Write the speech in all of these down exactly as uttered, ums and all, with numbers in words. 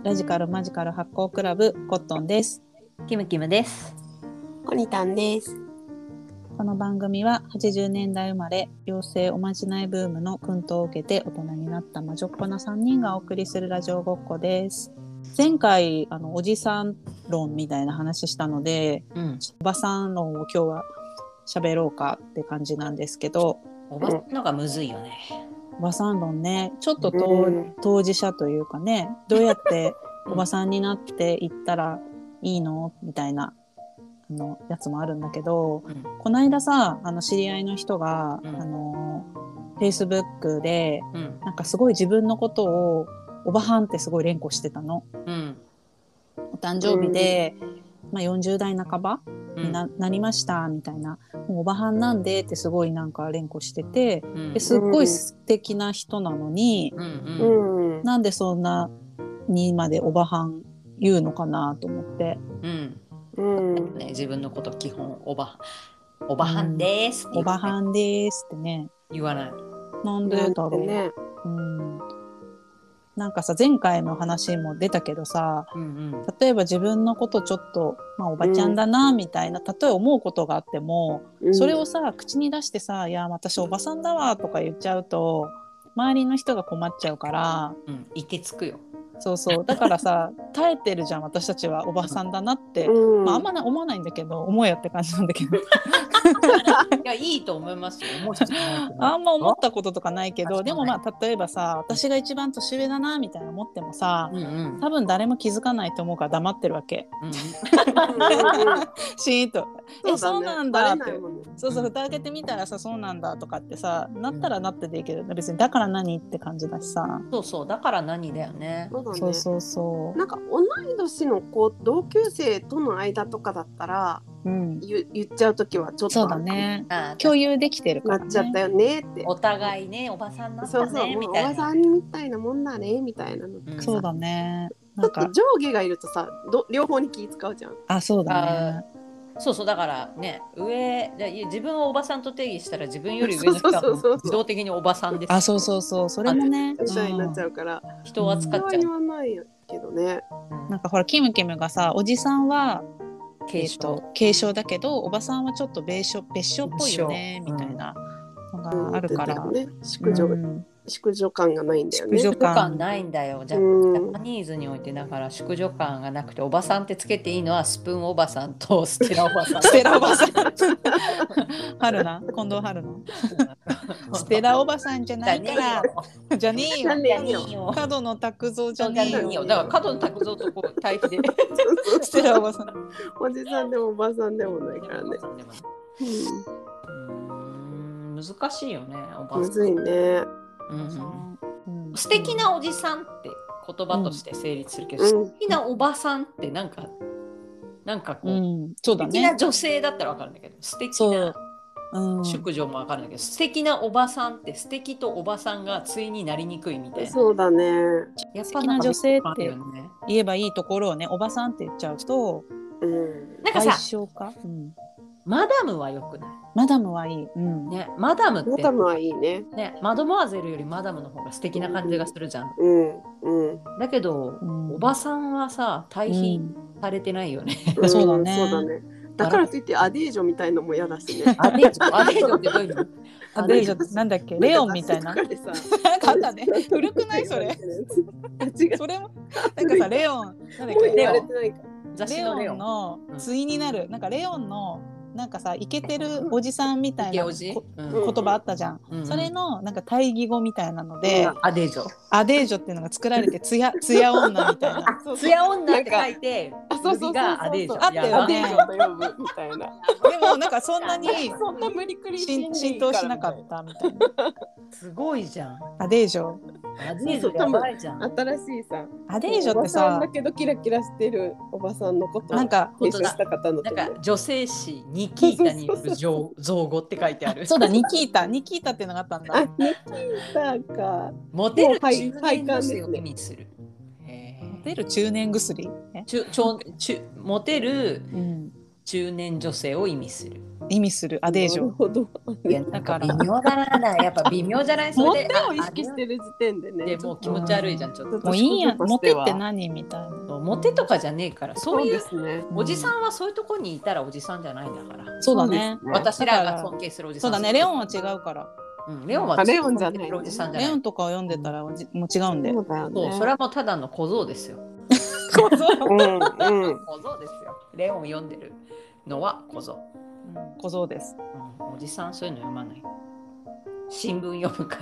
ラジカルマジカル発行クラブコットンです。 キムキムです。 コニタンです。 この番組ははちじゅうねんだい生まれ、妖精おまじないブームの薫陶を受けて大人になった魔女っ子なさんにんがお送りするラジオごっこです。前回あのおじさん論みたいな話したので、うん、おばさん論を今日は喋ろうかって感じなんですけど、 おばさんのがむずいよね。 おばさん論ね、ちょっと当、うん、当事者というかね、どうやっておばさんになっていったらいいのみたいなあのやつもあるんだけど、うん、この間さ、あの知り合いの人が、うん、あの Facebook で、うん、なんかすごい自分のことをおばはんってすごい連呼してたの、うん、お誕生日で、うんまあ、よんじゅうだいなかばに な,、うん、なりましたみたいな、もうおばはんなんでってすごいなんか連呼してて、うん、ですっごい素敵な人なのに、うんうん、なんでそんなにまでおばはん言うのかなと思って、 うんうんね、自分のこと基本おばおばはんですって、 ね、おばはんですってね言わない。 なんでだろうね、うん、なんかさ前回の話も出たけどさ、うんうん、例えば自分のことちょっと、まあ、おばちゃんだなみたいな、うん、例えば思うことがあっても、うん、それをさ口に出してさいや私おばさんだわとか言っちゃうと周りの人が困っちゃうから、 うん、いてつくよ。 そうそうだからさ耐えてるじゃん私たちはおばさんだなって、うんまあ、あんまな思わないんだけど思えよって感じなんだけどいやいいと思いますよ。 あんま思ったこととかないけどでもまあ例えばさ私が一番年上だなみたいな思ってもさ、うんうん、多分誰も気づかないと思うから黙ってるわけ、うん、シーンとえ そう,、ね、そうなんだって、ね、そうそう蓋開けてみたらさそうなんだとかってさなったらなってでいいけど別にだから何って感じだしさ、 そうそうだから何だよね。 そうだね、 そうそうそうなんか同い年の子同級生との間とかだったら、うん、言, 言っちゃうときはちょっとそうだね共有できてるから、ね、 なっちゃったよねってお互いねおばさんなんだねそうそうみたいなおばさんみたいなもんだねみたいなのとか、 うん、そうだねちょっと上下がいるとさど両方に気使うじゃん。 あそうだねそうそうだからね上自分をおばさんと定義したら自分より上の人は自動的におばさんです。 あそうそうそうそれもねみたいになっちゃうから、 うん、人を扱っちゃう。 言わないけどね。 なんかほらキムキムがさおじさんは継承、 えー、継承だけどおばさんはちょっと別所別所っぽいよねみたいなのがあるから、 うんね、淑女、うん淑女感がないんだよね。 淑女感ないんだよ。ジャ、うん、ジャパニーズにおいてだから淑女感がなくておばさんってつけていいのはスプーンおばさんとステラおばさん。 ステラおばさん。春菜近藤春菜。ステラおばさんじゃないから。じゃねえよ。 じゃねえよ。 角野卓造じゃねえよ。 だから角野卓造とこう対比で。 ステラおばさん。 おじさんでもおばさんでもないからね。 うん、難しいよねおばさん。 むずいね。 うんうん、素敵なおじさんって言葉として成立するけど、うん、素敵なおばさんってなんかなんかこう、うん、そうだね、素敵な女性だったら分かるんだけど素敵な淑女も分かるんだけど、素敵なおばさんって素敵とおばさんが対になりにくいみたいな。 そうだね。 やっぱ素敵な女性って言えばいいところをねおばさんって言っちゃうと、 うん、なんかさか、うん、マダムはよくない？ マダムはいい、うんね、マダムってマダムはいいね。 ね、マドモアゼルよりマダムの方が素敵な感じがするじゃん。 うんうん、 だけど、うん、おばさんはさ対比されてないよね。 うん、そうだね。 そうだね。だからといってアデージョみたいのも嫌だしね。 アデージョ、アデージョってどういうの？ アデージョってなんだっけ？レオンみたいな。なんかね、古くないそれ？違う。それもなんかさレオンなんだっけ？ レオン雑誌のレオンの対になる、なんかレオンのなんかさイケてるおじさんみたいな、うん、言葉あったじゃん、うんうん、それのなんか対義語みたいなので、 うん、アデージョアデージョっていうのが作られてツヤツヤ女みたいなツヤ女って書いて首がアデージョあったよねと呼ぶみたいな。 でもなんかそんなにそんな無理くり浸透しなかったみたいな。 すごいじゃんアデージョ。 アデージョやばいじゃん。 新しいさアデージョってさおばさんだけどキラキラしてるおばさんのことをなんかした方のなんか女性誌ニキータによる造語って書いてある。 そうだニキータニキータっていうのがあったんだ。 あニキータか。 モテる中年女性を意味する。 モテる中年薬？ ちゅちょちゅモテる、うん中年女性を意味する。 意味するアデージョ。 いやだから微妙だな。やっぱ微妙じゃない。それでモテを意識してる時点でね。 でもう気持ち悪いじゃんちょっと。 もういいやモテって何みたいな。 モテとかじゃねえから。そういうそうですね。 おじさんはそういうとこにいたらおじさんじゃないんだから。 そうだね。 私らが尊敬するおじさん。 そうだね。レオンは違うから。 うん、レオンはレオンじゃない。 おじさんじゃない。 レオンとかを読んでたらもう違うんで。 そうだよね。 そう、それはもうただの小僧ですよ。 小僧。 うんうん。 小僧ですよ。レオン読んでるのは小僧。 うん、小僧です、 うん。おじさんそういうの読まない。新聞読むから。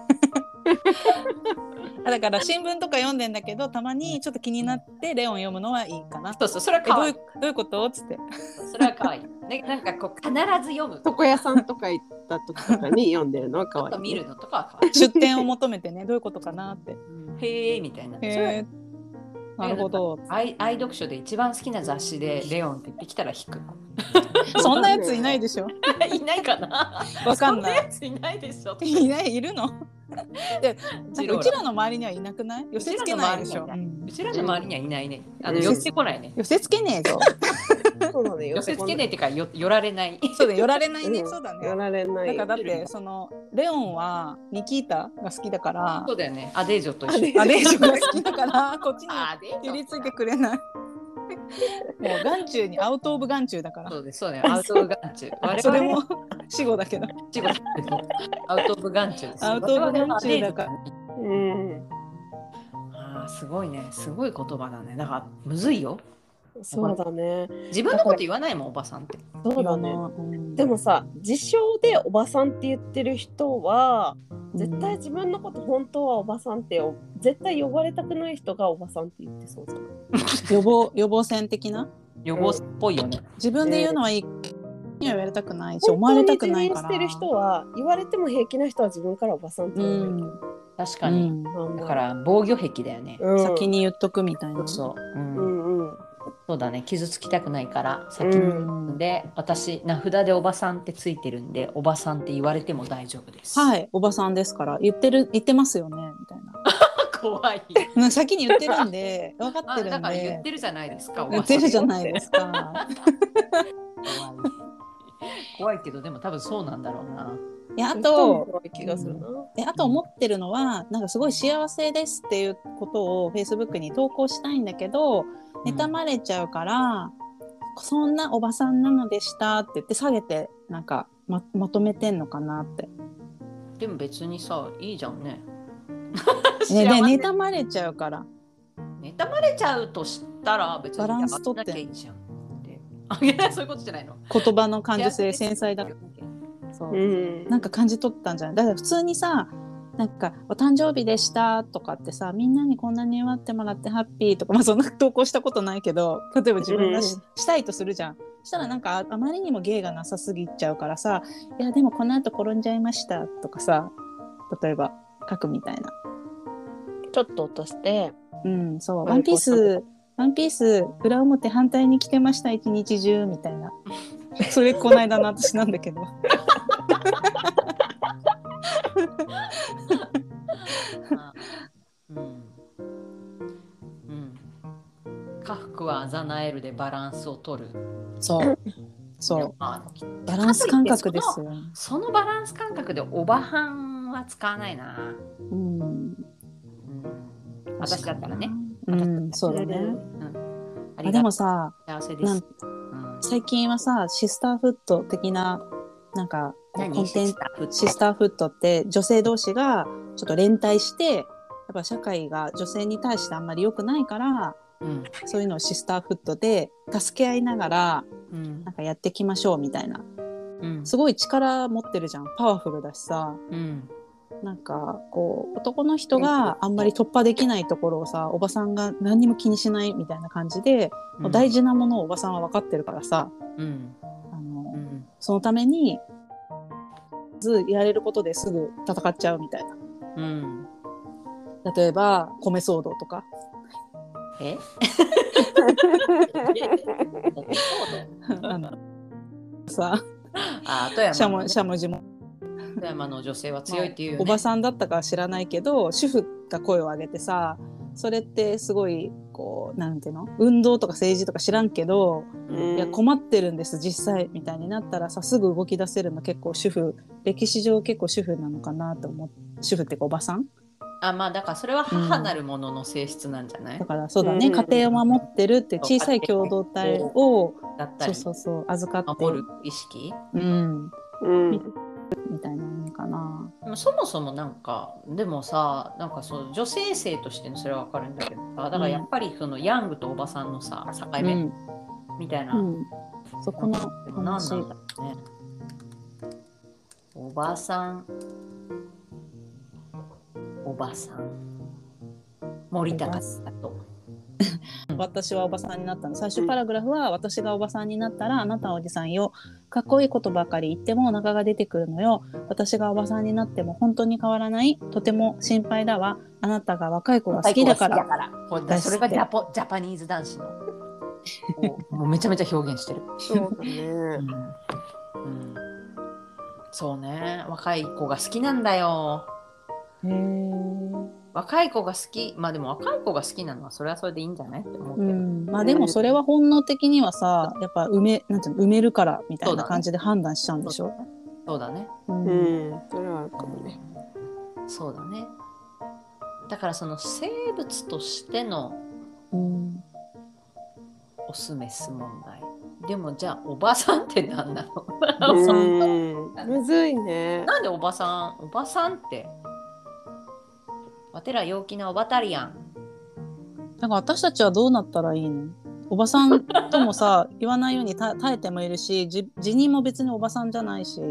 だから新聞とか読んでんだけどたまにちょっと気になってレオン読むのはいいかな。 そうそう、それは可愛い。 どういう、どういうことつって。 それは可愛い。ね、なんかこう必ず読む。 床屋さんとか行った時とかに読んでるのは可愛い、ね。 見るのとかは可愛い。 出典を求めてねどういうことかなって。 うん、へえみたいな。 へーなるほど。 愛, 愛読書で一番好きな雑誌でレオンって言ってきたら引く。 そんなやついないでしょ。 いないかな。 わかんない。 そんなやついないでしょ。 いないいるの。でうちらの周りにはいなくない？寄せつけないでしょ。 うちらの周りにはいないね。あの、うん、寄せてこないね。 寄せつけねえぞ。 そうだね。 寄せつけねえってかよ寄られない。 そうだ寄られないね。うん、そうだね。 寄られない。 だからだってそのレオンはニキータが好きだから。 そうだよね。アデージョと一緒。 アデージョが好きだからこっちに寄りついてくれない。もう眼中にアウトオブ眼中だから。 そうですそうね。アウトオブ眼中。 それも死語だけど。 死語だけど。アウトオブ眼中です。 アウトオブ眼中だから。 うん。 ああすごいね。すごい言葉だね。だからむずいよ。 そうだね。 自分のこと言わないもんおばさんって。 そうだね。うん、でもさ自称でおばさんって言ってる人は絶対自分のこと本当はおばさんって絶対呼ばれたくない人がおばさんって言ってそうじゃない予防予防線的な予防っぽいよね。 自分で言うのはいい。には言われたくないし思われたくないから。 本当に自認してる人は言われても平気な人は自分からおばさんって言われる。うん、 確かに、うん、だから防御壁だよね、 うん、先に言っとくみたいな。 そう、うんうんうん、 そうだね。傷つきたくないから先に、うん、で私名札でおばさんってついてるんでおばさんって言われても大丈夫です。 はいおばさんですから言ってる言ってますよねみたいな。 怖い。 先に言ってるんで分かってるんで。 だから言ってるじゃないですか。 言ってるじゃないですか。 怖い。怖いけどでも多分そうなんだろうな。 いやあと気がするな、うん、あと思ってるのはなんかすごい幸せですっていうことを Facebook に投稿したいんだけど妬まれちゃうから、うん、そんなおばさんなのでしたって言って下げてなんか ま, まとめてんのかなって。 でも別にさいいじゃんね。 ねね妬まれちゃうから。 妬まれちゃうとしたら別にバランス取っていいじゃん。あげないそういうことじゃないの。 言葉の感受性繊細だ。そう、うん、なんか感じ取ったんじゃない。だから普通にさなんかお誕生日でしたとかってさみんなにこんなに祝ってもらってハッピーとかまあそんな投稿したことないけど例えば自分が し,、うん、したいとするじゃん。したらなんか あ, あまりにも芸がなさすぎちゃうからさいやでもこの後転んじゃいましたとかさ例えば書くみたいな。 ちょっと落としてうんそうワンピースワンピース裏表反対に着てました一日中みたいな。それこの間の私なんだけど。 うんうん、家福はあざなえるでバランスを取る。 そうそうバランス感覚ですよ。 そのバランス感覚でおばはんは使わないな、うんうん、私だったらね、 うん、そうだね、うん、あでもさ幸せです、 うん、最近はさシスターフット的ななんかコンテンツシスターフットって女性同士がちょっと連帯してやっぱ社会が女性に対してあんまり良くないから、うん、そういうのをシスターフットで助け合いながら、うん、なんかやっていきましょうみたいな、うん、すごい力持ってるじゃん。パワフルだしさ、うん、なんかこう男の人があんまり突破できないところをさおばさんが何にも気にしないみたいな感じで、うん、もう大事なものをおばさんは分かってるからさ、うんあのうん、そのためにずやれることですぐ戦っちゃうみたいな、うん、例えば米騒動とかえあのさあ富山の、ね、 しゃもしゃもじも富山の女性は強いっていう、ね、 おばさんだったかは知らないけど主婦が声を上げてさそれってすごいこうなんていうの運動とか政治とか知らんけど、うん、いや困ってるんです実際みたいになったらさすぐ動き出せるの結構主婦歴史上結構主婦なのかなと思って主婦ってかおばさんあまあだからそれは母なるものの性質なんじゃない、 うん、だからそうだね、うん、家庭を守ってるって小さい共同体をだったりそうそうそう預かって守る意識、 うんうんみたいな意味かな。 そもそもなんかでもさなんかそう女性性としてのそれは分かるんだけどさだからやっぱりそのヤングとおばさんのさ境目、うん、みたいな、うん、 そこの何なんだろうね。おばさんおばさん森高さと私はおばさんになったの最初パラグラフは、うん、私がおばさんになったらあなたはおじさんよかっこいいことばかり言ってもお腹が出てくるのよ私がおばさんになっても本当に変わらないとても心配だわあなたが若い子が好きだからだからそれがジャポジャパニーズ男子のもうめちゃめちゃ表現してるそうだね、うんうん、 そうね若い子が好きなんだよへー若い子が好きまあでも若い子が好きなのはそれはそれでいいんじゃないって思うけど、うん、 まあでもそれは本能的にはさやっぱ埋めなんていうの埋めるからみたいな感じで判断しちゃうんでしょ。 そうだね。 うん、うん、それはあるかもね。 そうだね。だからその生物としてのオスメス問題。でもじゃあおばさんって何なの？ うんむずいね。 なんでおばさんおばさんってわてら陽気なおばたりやん。 なんか私たちはどうなったらいいの？おばさんともさ言わないように耐えてもいるし自認も別におばさんじゃないし、うん、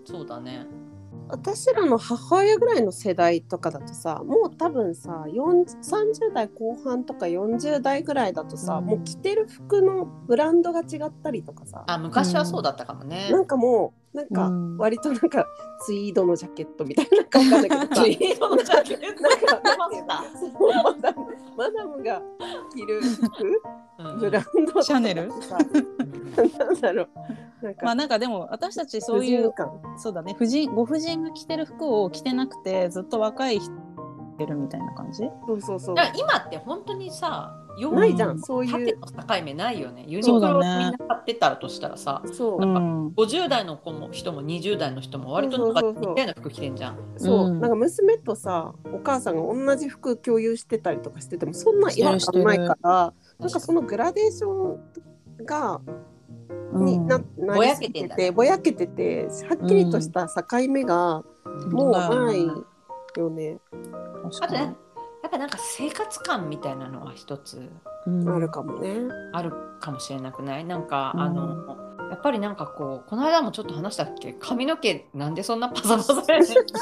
そうだね。 私らの母親ぐらいの世代とかだとさもう多分ささんじゅう代後半とかよんじゅう代ぐらいだとさ、うん、もう着てる服のブランドが違ったりとかさあ昔はそうだったかもね、 うん、なんかもうなんか割となんかツイードのジャケットみたいな感じなんだけどさツイードのジャケットなんかマダムマダムが着る服ブランドとかシャネルなんだろうなんかまあなんかでも私たちそういうそうだね婦人ご婦人が着てる服を着てなくてずっと若い人着てるみたいな感じ。 そうそうそう。 だから今って本当にさないじゃんそういう縦の境目ないよね。ユニクロをみんな買ってたらとしたらさ、 そうなんかごじゅう代の子も人もにじゅう代の人も割となんか似たような服着てんじゃん。 そう、うん、なんか娘とさお母さんが同じ服共有してたりとかしててもそんな違和感ないからなんかそのグラデーションがにな、うん、なりすぎててぼやけててはっきりとした境目がもうないよね。 うん、あとねやっぱなんか生活感みたいなのは一つ、 うん、あるかもね。 あるかもしれなくない？なんか、うん、あのやっぱりなんかこうこの間もちょっと話したっけ髪の毛なんでそんなパサパサや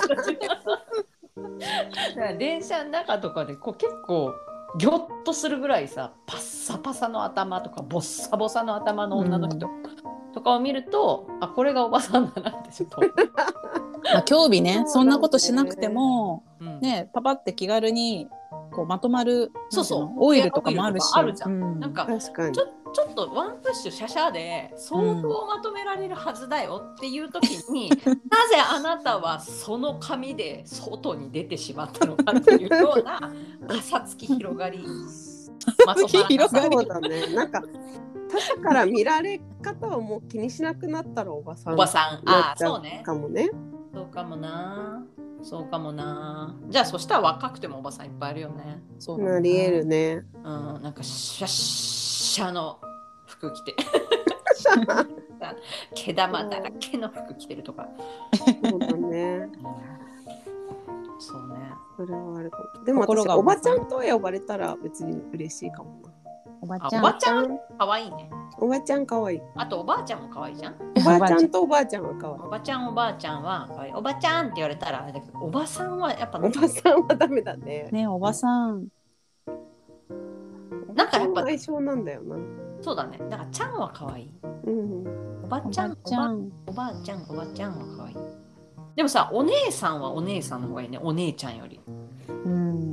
ねん電車の中とかでこう結構ギョッとするぐらいさパッサパサの頭とかボッサボサの頭の女の人とかを見ると、うん、あこれがおばさんだなってちょっとまあ興味ねそんなことしなくても、うん、ねパパって気軽にこうまとまるそうそうオイルとかもあるしあるじゃん、うん、なんか確かにちょちょっとワンプッシュシャシャで相当まとめられるはずだよっていう時に、うん、なぜあなたはその髪で外に出てしまったのかっていうようなパサつき広がりまとま広がりそうだねなんか他者から見られ方をもう気にしなくなったらおばさんおばさんあそうねかもねそうかもなそうかもなじゃあそしたら若くてもおばさんいっぱいいるよね。 そうなりえるね。 うんなんかシャッシャの服着て毛玉だらけの服着てるとかそうだね、うん、 そうねそれはあるかも。でも私おばちゃんと呼ばれたら別に嬉しいかもな。 おばちゃんおばちゃんかわいいね。 おばちゃんかわいい。 あとおばあちゃんもかわいいじゃん。 おばあちゃんとおばあちゃんはかわいい。 おばちゃんおばあちゃんはかわいい。おばちゃんって言われたらあれだけどおばさんはやっぱおばさんはダメだね。 ねおばさんなんかやっぱ相性なんだよな。 そうだね。だからちゃんはかわいい。 うん、 おばちゃんおばおばあちゃんおばちゃんはかわいい。でもさお姉さんはお姉さんの方がいいね。お姉ちゃんより。うん、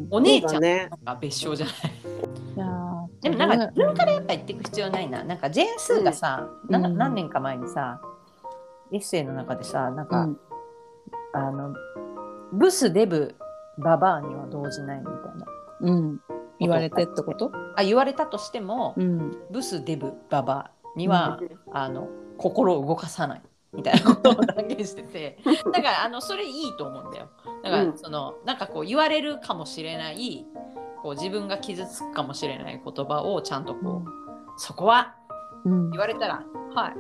お姉ちゃんなんか別称じゃない。 いやでもなんか自分からやっぱ言っていく必要ないな。なんかジェーンスーがさ、うん、な何年か前にさエッセイの中でさなんか、うん、あのブスデブババアには動じないみたいな、うん、 言われてってこと？ あ、言われたとしても、 うん、 ブスデブババには、うん、あの心を動かさないみたいなことを断言しててだからあのそれいいと思うんだよ。だからその、うん、なんかこう言われるかもしれないこう自分が傷つくかもしれない言葉をちゃんとこう、うん、そこは、うん、言われたらはい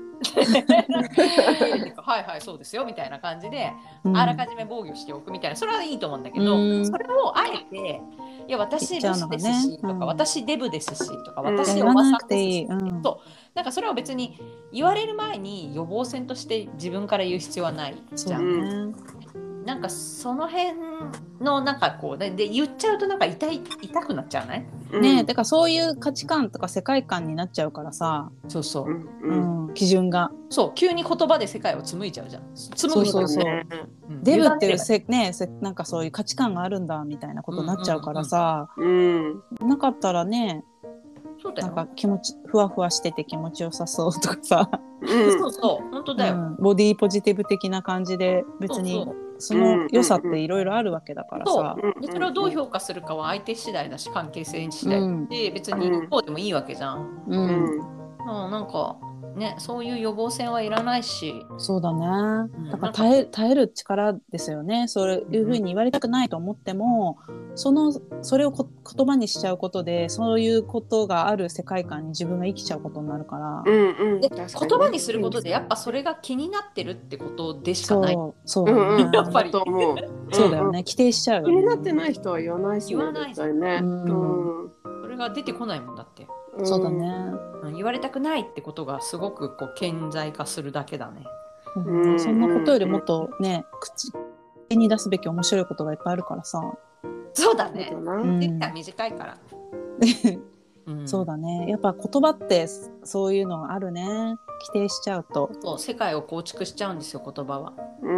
はいはいそうですよみたいな感じで、うん、あらかじめ防御しておくみたいな、それはいいと思うんだけど、うん、それをあえていや私ブスですし、ね、とか、うん、私デブですしとか、うん、私おばさんですし、うん、そうなんかそれは別に言われる前に予防線として自分から言う必要はないじゃん、うん、なんかその辺のなんかこうで言っちゃうとなんか痛い痛くなっちゃうね。 ねえ、だからそういう価値観とか世界観になっちゃうからさ、 そうそう、 うんうん、基準がそう急に言葉で世界を紡いじゃうじゃん。 紡ぐじゃんね。そうそうそう、うん、デブっていうせねなんかそういう価値観があるんだみたいなことになっちゃうからさ、うんうん、なかったらね、 そうだよ、 なんか気持ちふわふわしてて気持ちよさそうとかさ、 うん、そうそう本当だよ、うん、 ボディポジティブ的な感じで別にそうそうその良さっていろいろあるわけだからさ、 うんうんうん、でそれをどう評価するかは相手次第だし関係性次第で、うん、別にこうでもいいわけじゃん、うんうん、なんかねそういう予防線はいらないし、 そうだね、だから耐え、耐える力ですよね。そういうふうに言われたくないと思っても、うん、そのそれをこ言葉にしちゃうことでそういうことがある世界観に自分が生きちゃうことになるから、 うんうん、で言葉にすることでやっぱそれが気になってるってことでしかない。 そうそうだね、うんうん、やっぱりそうだよね、規定しちゃうよね。 気になってない人は言わないし、 ね、言わないじゃんね、うんうん、それが出てこないもんだって。 そうだね、 うん、言われたくないってことがすごくこう顕在化するだけだね、 うん、そんなことよりもっとね口に出すべき面白いことがいっぱいあるからさ。 そうだね、うん、短いからうん、そうだね、やっぱ言葉ってそういうのがあるね。規定しちゃうとそう世界を構築しちゃうんですよ言葉は。 うん、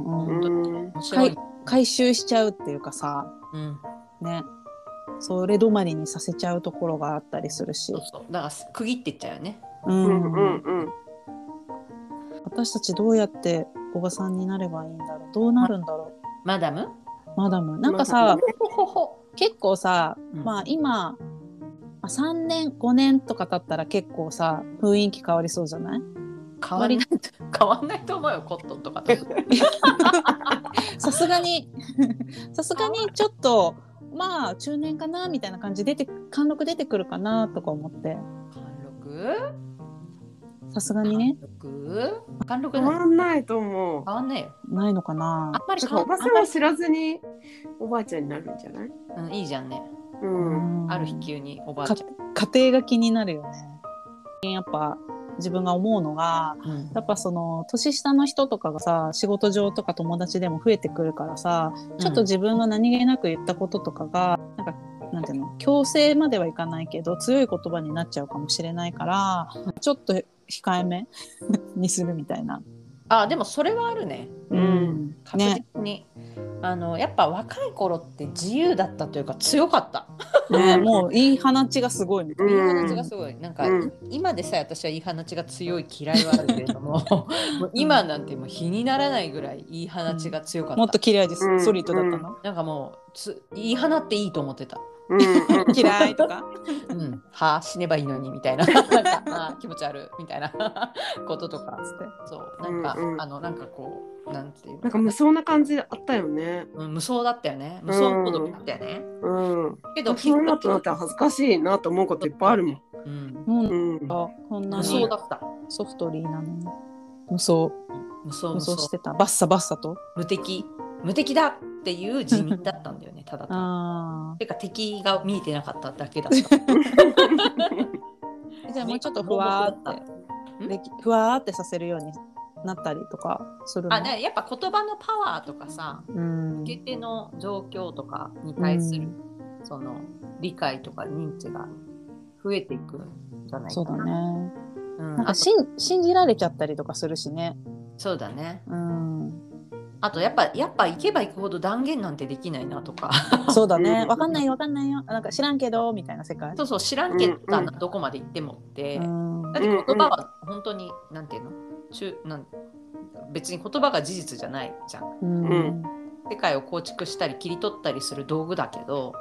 うん、本当に面白い。回収しちゃうっていうかさ、うん、ね、それ止まりにさせちゃうところがあったりするし、 そうそうだから区切っていっちゃうよね、 うんうんうん、私たちどうやっておばさんになればいいんだろう。どうなるんだろう。 マダムマダムなんかさ結構さ、うん、まあ今さんねんごねんとか経ったら結構さ雰囲気変わりそうじゃない？ 変わりない変わんないと思うよコットンとかとさすがにさすがにちょっとまあ中年かなみたいな感じで出て貫禄出てくるかなとか思って。 貫禄？ さすがにね。 貫禄？ 変わんないと思う。 変わんないよ。 ないのかな。 あんまりおばさんは知らずにおばあちゃんになるんじゃない？ うん、いいじゃんね。うん。ある日急におばあちゃん。 家庭が気になるよね。やっぱ自分が思うのが、うん、やっぱその年下の人とかがさ仕事上とか友達でも増えてくるからさ、ちょっと自分が何気なく言ったこととかが、うん、なんかなんていうの強制まではいかないけど強い言葉になっちゃうかもしれないからちょっと控えめにするみたいな。 あでもそれはあるね。うん、確実に、ね、あのやっぱ若い頃って自由だったというか強かった。 ね、もう言い放ちがすごいみたいな。 言い放ちがすごい。なんか、うん、今でさえ私は言い放ちが強い嫌いはあるけれども、もう今なんてもう比にならないぐらい言い放ちが強かった。 もっと嫌いです。うん、ソリッドだったの。 なんかもうつ言い放っていいと思ってた。 嫌いとか、 うん、はあ死ねばいいのにみたいななんかあ気持ち悪いみたいなこととかつってそうなんか、うんうん、あのなんかこうなんていうなんか無双な感じあったよね、 うん、無双だったよね無双モードだったよね、 うんうん、けどそうなってなったら恥ずかしいなと思うこといっぱいあるもん、 うんうんうん、あこんなに無双だったソフトリーなのに無双無双無双してたバッサバッサと無敵無敵だっていう地味だったんだよねただただてか敵が見えてなかっただけだったじゃあもうちょっとふわーってふわーってさせるようになったりとかするの？ あ、ね、やっぱ言葉のパワーとかさ、うん、受け手の状況とかに対する、うん、その理解とか認知が増えていくんじゃないかな。 そうだね、うん、なんかしん信じられちゃったりとかするしね。 そうだね、うん、あとやっぱやっぱ行けば行くほど断言なんてできないなとかそうだね、分かんないよ分かんないよなんか知らんけどみたいな世界。 そうそう知らんけどな、うん、どこまで行ってもって、うん、だって言葉は本当になんていうの中なん別に言葉が事実じゃないじゃん、うん、世界を構築したり切り取ったりする道具だけど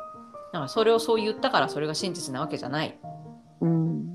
だからそれをそう言ったからそれが真実なわけじゃない、 うん、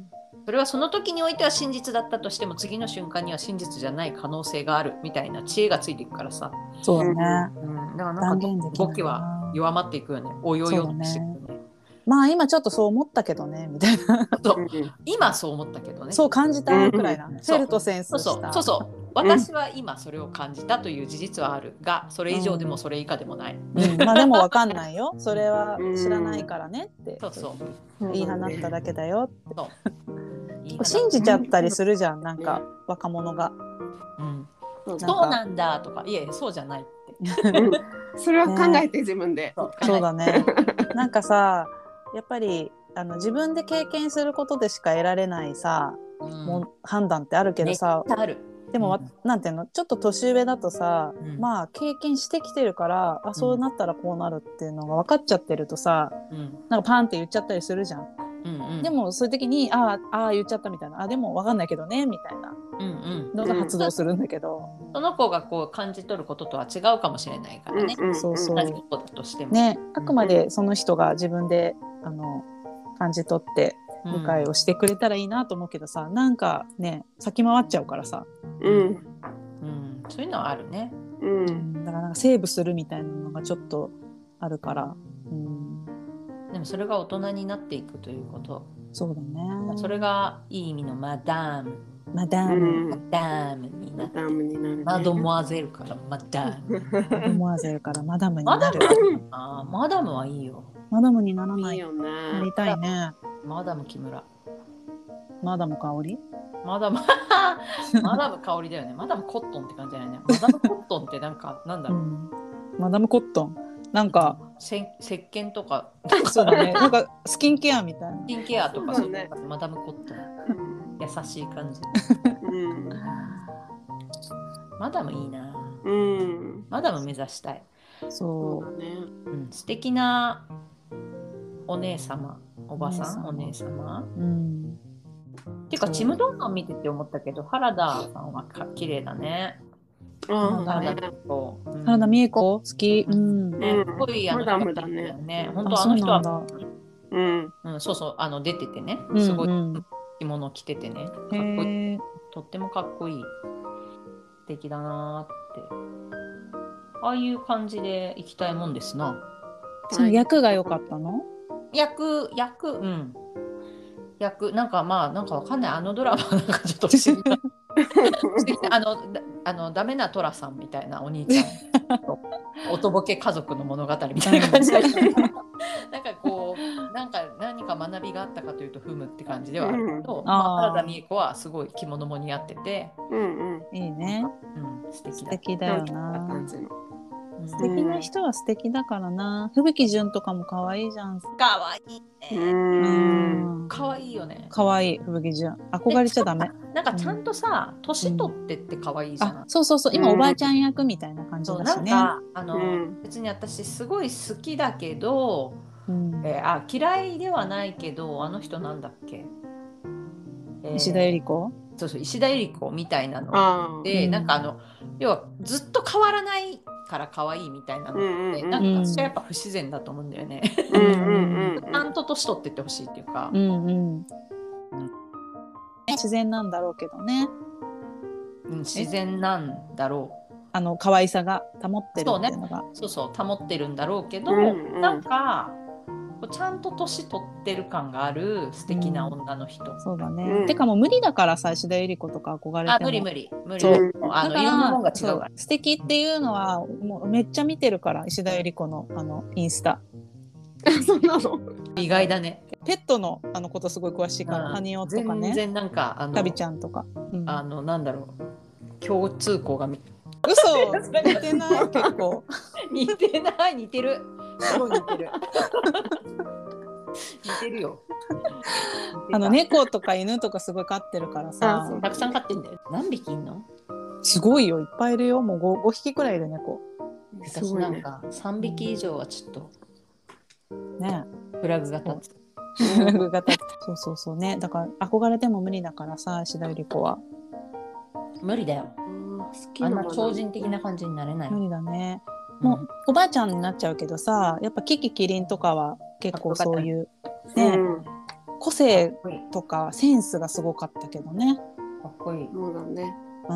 それはその時においては真実だったとしても次の瞬間には真実じゃない可能性があるみたいな知恵がついていくからさ。 そうだね、 うん、だからなんか動きは弱まっていくよね。およよってしてくるね。 まあ今ちょっとそう思ったけどねみたいなそう今そう思ったけどね、 そう感じたくらいな、 うん、 フェルトセンスした。 そうそうそうそう、私は今それを感じたという事実はあるが、それ以上でもそれ以下でもない、 うんうん、まあでも分かんないよそれは知らないからねって、 そうそう言い放っただけだよって、 そう信じちゃったりするじゃん、なんか若者が、 うん、そうなんだとか、いやいやそうじゃないってそれは考えて、ね、自分で。 そうだねなんかさやっぱりあの自分で経験することでしか得られないさ、うん、もう判断ってあるけどさ、 ある。 でも、うん、なんていうのちょっと年上だとさ、うん、まあ経験してきてるからあそうなったらこうなるっていうのが分かっちゃってるとさ、うん、なんかパンって言っちゃったりするじゃん、うんうん、でもそういう時にああ言っちゃったみたいな、あでも分かんないけどねみたいなのが発動するんだけど、 うんうん、その子がこう感じ取ることとは違うかもしれないからね、うんうん、そうそう同じことだとしてもね、あくまでその人が自分であの感じ取って理解をしてくれたらいいなと思うけどさ、うん、なんかね先回っちゃうからさ、 うんうん、そういうのはあるね、 うん、だからなんかセーブするみたいなのがちょっとあるから、うん、 でもそれが大人になっていくということ、 そうだね、 それがいい意味のマダムマダム、 うん、マダムになって、ね、マドモアゼルからマダムマドモアゼルからマダムになる。 あマダムはいいよ。 マダムにならない。 いいよね。 なりたいね。 マダム木村。 マダム香り？ マダムマダム香りだよね。マダムコットンって感じだよね。マダムコットンってなんかなんだろう、うん、 マダムコットンなんかせ石鹸とかそうだね。なんかスキンケアみたいな。 スキンケアとかそうね。マダムコットン。優しい感じ。うん、マダムいいな。うん、マダム目指したい。 そうだね。 うん、素敵なお姉様、おばさん、お姉様。うん。てかちむどんどん見てて思ったけど、原田さんはか綺麗だね。 原田美恵子。原田美恵子好き。うん。 ね、すごいあの人だね。本当あの人は、うん、うん、そうそうあの出ててね、すごい着物着ててね、かっこいい。とってもかっこいい。素敵だなって。ああいう感じで行きたいもんですな。 その役が良かったの？ 役役うん役なんかまあなんかわかんない、あのドラマなんかちょっと不思議なあのあのダメなトラさんみたいなお兄ちゃんおとぼけ家族の物語みたいな感じでなんかこうなんか何か学びがあったかというとふむって感じではあるけど、うん、まあ、原田美恵子はすごい着物も似合ってて、 うんうん、いいね、 うん、素敵だ、 素敵だよな。素敵な人は素敵だからな。吹雪純とかも可愛いじゃん。 可愛いね。うん。可愛いよね。 可愛い吹雪純。憧れちゃダメ。 なんかちゃんとさ、年、うん、取ってって可愛いじゃん。 あ、そうそうそう。今、うん、おばあちゃん役みたいな感じだしね。 なんかあの、うん、別に私すごい好きだけど、うんえー、あ嫌いではないけど、あの人なんだっけ。 えー、石田ゆり子。 そうそう石田ゆり子みたいなので、なんかあの要はずっと変わらないから可愛いみたいなのって、うんうん、なんか私はやっぱ不自然だと思うんだよね。ちゃんと年取ってってほしいっていうか、うんうんうん、 自然なんだろうけどね、 うん、自然なんだろう、 あの可愛さが保ってるっていうのが、 そうね、そうそう保ってるんだろうけど、うんうん、なんかちゃんと年取ってる感がある素敵な女の人、 うん、そうだね、うん、てかもう無理だからさ、石田ゆり子とか憧れても、 あ無理無理無理、そうあのいろんなもんが違うから、 素敵っていうのはもうめっちゃ見てるから、石田ゆり子のあのインスタそんなの意外だね。 ペットのあのことすごい詳しいから、ハニオとかね、 全然なんかあのタビちゃんとか、 うん、あのなんだろう共通項が嘘似てない結構似てない似てるすごい似てる似てるよ。 あの猫とか犬とかすごい飼ってるからさ、 たくさん飼ってんだよ。何匹いんの？ すごいよ、いっぱいいるよ。もう ご, ごひきくらいいる猫。 私なんかさんびき以上はちょっとねフラグが立つ。 フラグが立つ。そうそうそうね。だから憧れても無理だからさ、石田ゆり子は。 無理だよ。あんな超人的な感じになれない。 無理だね。もう、うん、おばあちゃんになっちゃうけどさ、やっぱキキキリンとかは結構そういうね、うん、個性とかセンスがすごかったけどね。 かっこいい。 そうだね。 うん。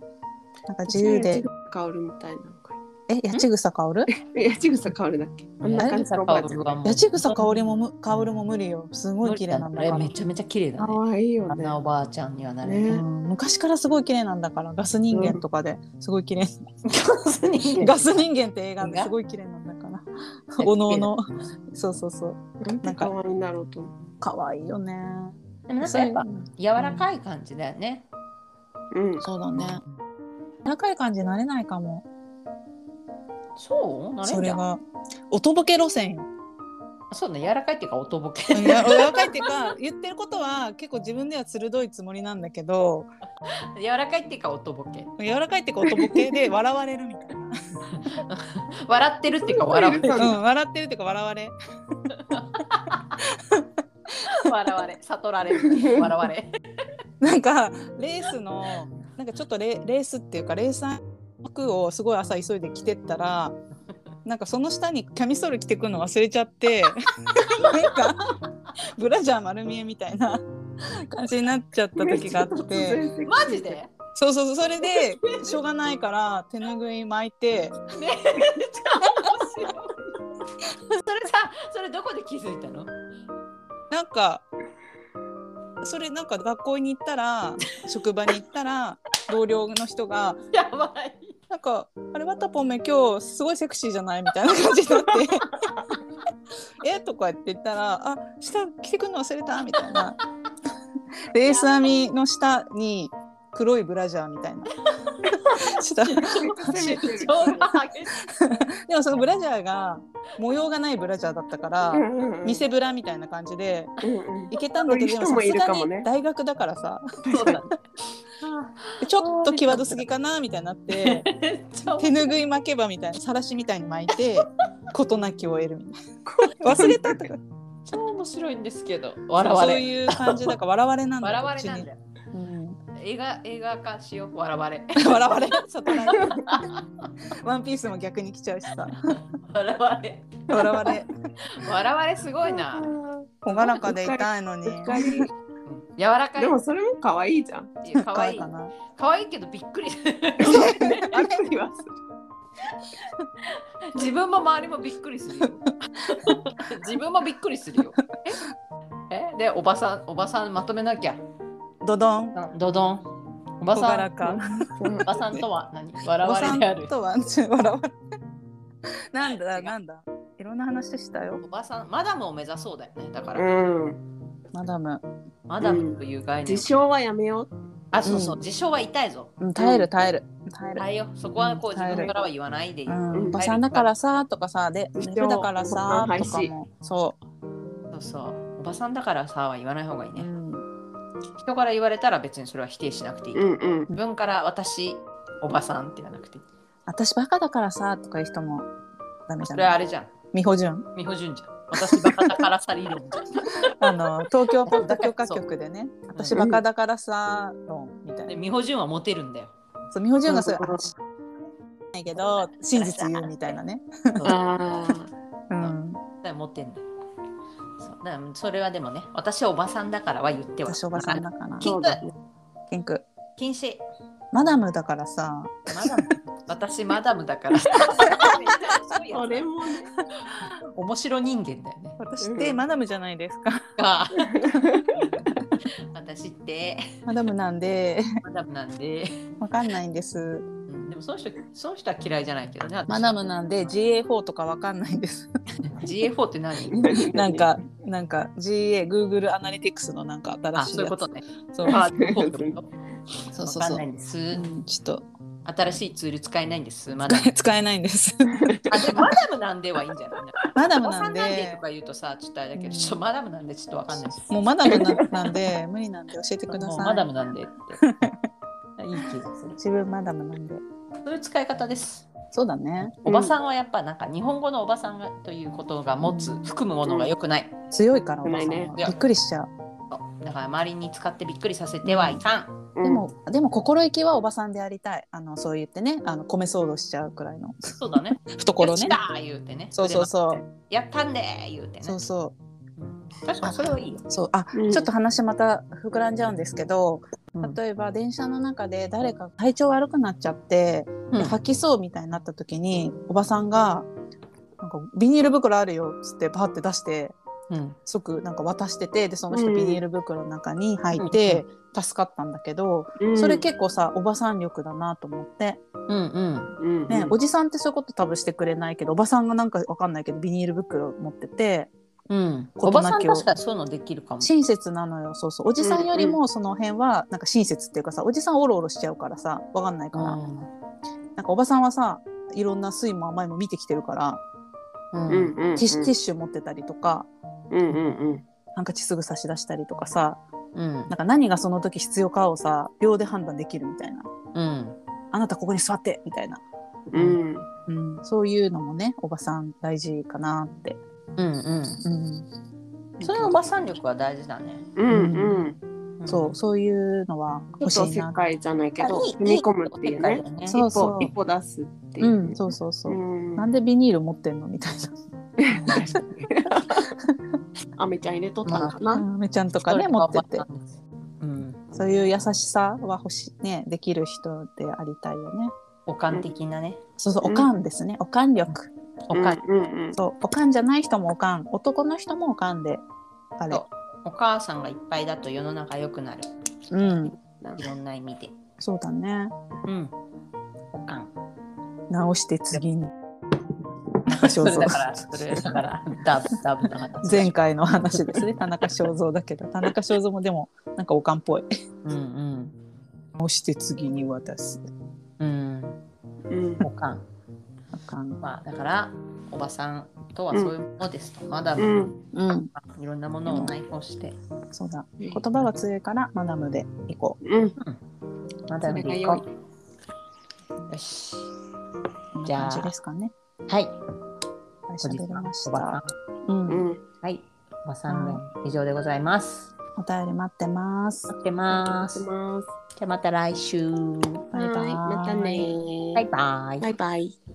なんか自由で。 香るみたいなのか。 え、八千草香る？ 八千草香るだっけ？ あんな感じの香るはもう。 八千草香りもむ香るも無理よ。すごい綺麗なんだから。 めちゃめちゃ綺麗だね。 可愛いよね。 あんなおばあちゃんにはなれる、 ねうん。昔からすごい綺麗なんだから。ガス人間とかですごい綺麗。ガス人間。ガス人間って映画ですごい綺麗なんだから。おのおの。そうそうそう。 なんか可愛いんだろうと。 可愛いよね。 でもなんかやっぱ柔らかい感じだよね。 うん、そうだね。柔らかい感じになれないかも。 そうなれんじゃん。 それがおとぼけ路線よ。 そうね、柔らかいっていうかおとぼけ。 柔らかいっていうか言ってることは結構自分では鋭いつもりなんだけど、 柔らかいっていうかおとぼけ。 柔らかいっていうかおとぼけで笑われるみたいな。 笑ってるっていうか笑われる。 うん、笑ってるっていうか笑われ。 笑われ、悟られる。笑われ。 なんかレースのなんかちょっとレレースっていうかレーサー服をすごい朝急いで着てったら。なんかその下にキャミソール着てくるの忘れちゃってなんかブラジャー丸見えみたいな感じになっちゃった時があってマジで？ そうそうそう、それでしょうがないから手ぬぐい巻いて、ね、 それさ、それどこで気づいたの？ なんかそれなんか学校に行ったら職場に行ったら同僚の人がやばいなんかあれわたぽめ今日すごいセクシーじゃないみたいな感じになってえとかって言ったらあ下着てくるの忘れたみたいなレース編みの下に黒いブラジャーみたいな下でもそのブラジャーが模様がないブラジャーだったから、うんうんうん、偽ブラみたいな感じで、うんうん、いけたんだけどでもさすがに大学だからさそうだ、ねちょっと際どすぎかなみたいになって手ぬぐい巻けばみたいなさらしみたいに巻いて事なきを得るみたいな忘れたとか超面白いんですけど笑われそういう感じだから笑われなんだ笑われなんだよ、うん、映画映画化しよう笑われ笑われワンピースも逆に来ちゃうしさ笑われ笑われ笑われすごいな朗らかで痛いのに柔らかい。 でもそれも可愛いじゃん。 可愛いかな。可愛いけどびっくり。自分も周りもびっくりするよ。自分もびっくりするよ。え？え？でおばさんおばさんまとめなきゃ。 ドドン。 ドドン。おばさん。おばさんとは何？笑われである。 おばさんとは笑われ。なんだなんだ。いろんな話したよ。 おばさんマダムを目指そうだよね。だから。 うん。 マダム。 マダムという概念、 うん、自称はやめよう。 あ、そうそう、うん、自称は痛いぞ。 うん、耐える耐える耐える。耐えよ。そこはこう、うん、自分からは言わないでいい。 おばさんだからさとかさ、で、デブだからさとかも、そう。 そうそう。おばさんだからさは言わない方がいいね。うん、人から言われたら別にそれは否定しなくていい。うんうん、自分から私おばさんって言わなくていい。 私バカだからさとかいう人もダメじゃない。 それはあれじゃん。 美穂純。 美穂純じゃん。私バカだからさ理論あの東京ポッド許可局でね私バカだからさ論みたいな。 美穂純はモテるんだよ。 そう美穂純がそういう話ないけど真実言うみたいなね。 ああ、うん。だモテんだよ。そうだそれはでもね私はおばさんだからは言っては。 私おばさんだから。 禁句。 禁句。 禁止。 マダムだからさ。 マダム。私マダムだから。 それもね。 面白人間だよね。 私ってマダムじゃないですか。 私ってマダムなんで。 マダムなんで。 わかんないんです。 うん、でもその人その人は嫌いじゃないけどね。 マダムなんで ジーエーフォー とかわかんないんです。 ジーエーフォー って何？ なんかなんか ジーエー Google アナリティクスのなんか新しいやつ。 あ、そういうことね。 そう。そうそうそう。わかんないんです。うん、ちょっと。 新しいツール使えないんです。 まだ使えないんです。 あ、でもマダムなんではいいんじゃない？ マダムなんで。 なんでとか言うとさ、ちょっとあれだけど、うん、ちょっとマダムなんでちょっとわかんないです。 もうマダムな、なんで無理なんで教えてください。 マダムなんでって。いい気がする。 自分マダムなんで。 そういう使い方です。 そうだね。 おばさんはやっぱなんか日本語のおばさんがということが持つ、うん、含むものが良くない。 強いからおばさんは、ね、びっくりしちゃう。 だから周りに使ってびっくりさせてはいかん。 うん、でもでも心意気はおばさんでありたい。あのそう言ってね、あの米騒動しちゃうくらいの。 そうだね。 懐ね。 やったー言うてね。 そうそうそう。 やったんでー言うてね。 そうそう。 確かにそれはいいよ。 そうあ、うん、ちょっと話また膨らんじゃうんですけど、 うん、 例えば電車の中で誰か体調悪くなっちゃって、うん、吐きそうみたいになった時におばさんがなんかビニール袋あるよっつってパーって出して、うん、即なんか渡してて、でその人ビニール袋の中に入って助かったんだけど、うん、それ結構さおばさん力だなと思って、うんうんね、おじさんってそういうこと多分してくれないけど、おばさんがなんかわかんないけどビニール袋持ってて、 うん、おばさん確かにそういうのできるかも。 親切なのよ。そうそう、おじさんよりもその辺はなんか親切っていうかさ、おじさんオロオロしちゃうからさわかんないから、うん、なんかおばさんはさいろんな酸いも甘いも見てきてるから、うんうんうん、ティッシュ、ティッシュ持ってたりとか、うんうんうん、ハンカチすぐ差し出したりとかさ、うん、なんか何がその時必要かをさ秒で判断できるみたいな、うん、あなたここに座ってみたいな、うんうん、そういうのもねおばさん大事かなって。うんうんうん、 そういうおばさん力は大事だね。 うんうん、そうそういうのは欲しいな。 ちょっと世界じゃないけど踏み込むっていうね。そうそう一歩出すっていう、 うん、そうそうそう、うん、なんでビニール持ってんのみたいな。 アメちゃん入れとったのかな。アメちゃんとかね持ってて、うん、そういう優しさは欲しいね、できる人でありたいよね。 おかん的なね、 うん、そうそうおかんですね、おかん力。おかん、うんうん、そうおかんじゃない人もおかん、男の人もおかんであれ。 お母さんがいっぱいだと世の中良くなる。うん。いろんな意味で。 そうだね。うん。 おかん。 直して次に。 それだからそれだからダブダブの話。 前回の話ですね。田中正造だけど、田中正造もでもなんかおかんっぽい。うんうん。直して次に渡す。うん。 うん。おかん。まあ、だからおばさんとはそういうものですと、うん、マダム、うん、いろんなものを内包して、 うん、そうだ、言葉が強いからマダムで行こう、うん、 マダムで行こう。よし、 じゃあ感じですかね。 はい、 喋りました。 うん、はい、おばさんの以上でございます。 お便り待ってます。 待ってます。じゃあまた来週。 バイバイ。 またね。 バイバイ。 バイバイ。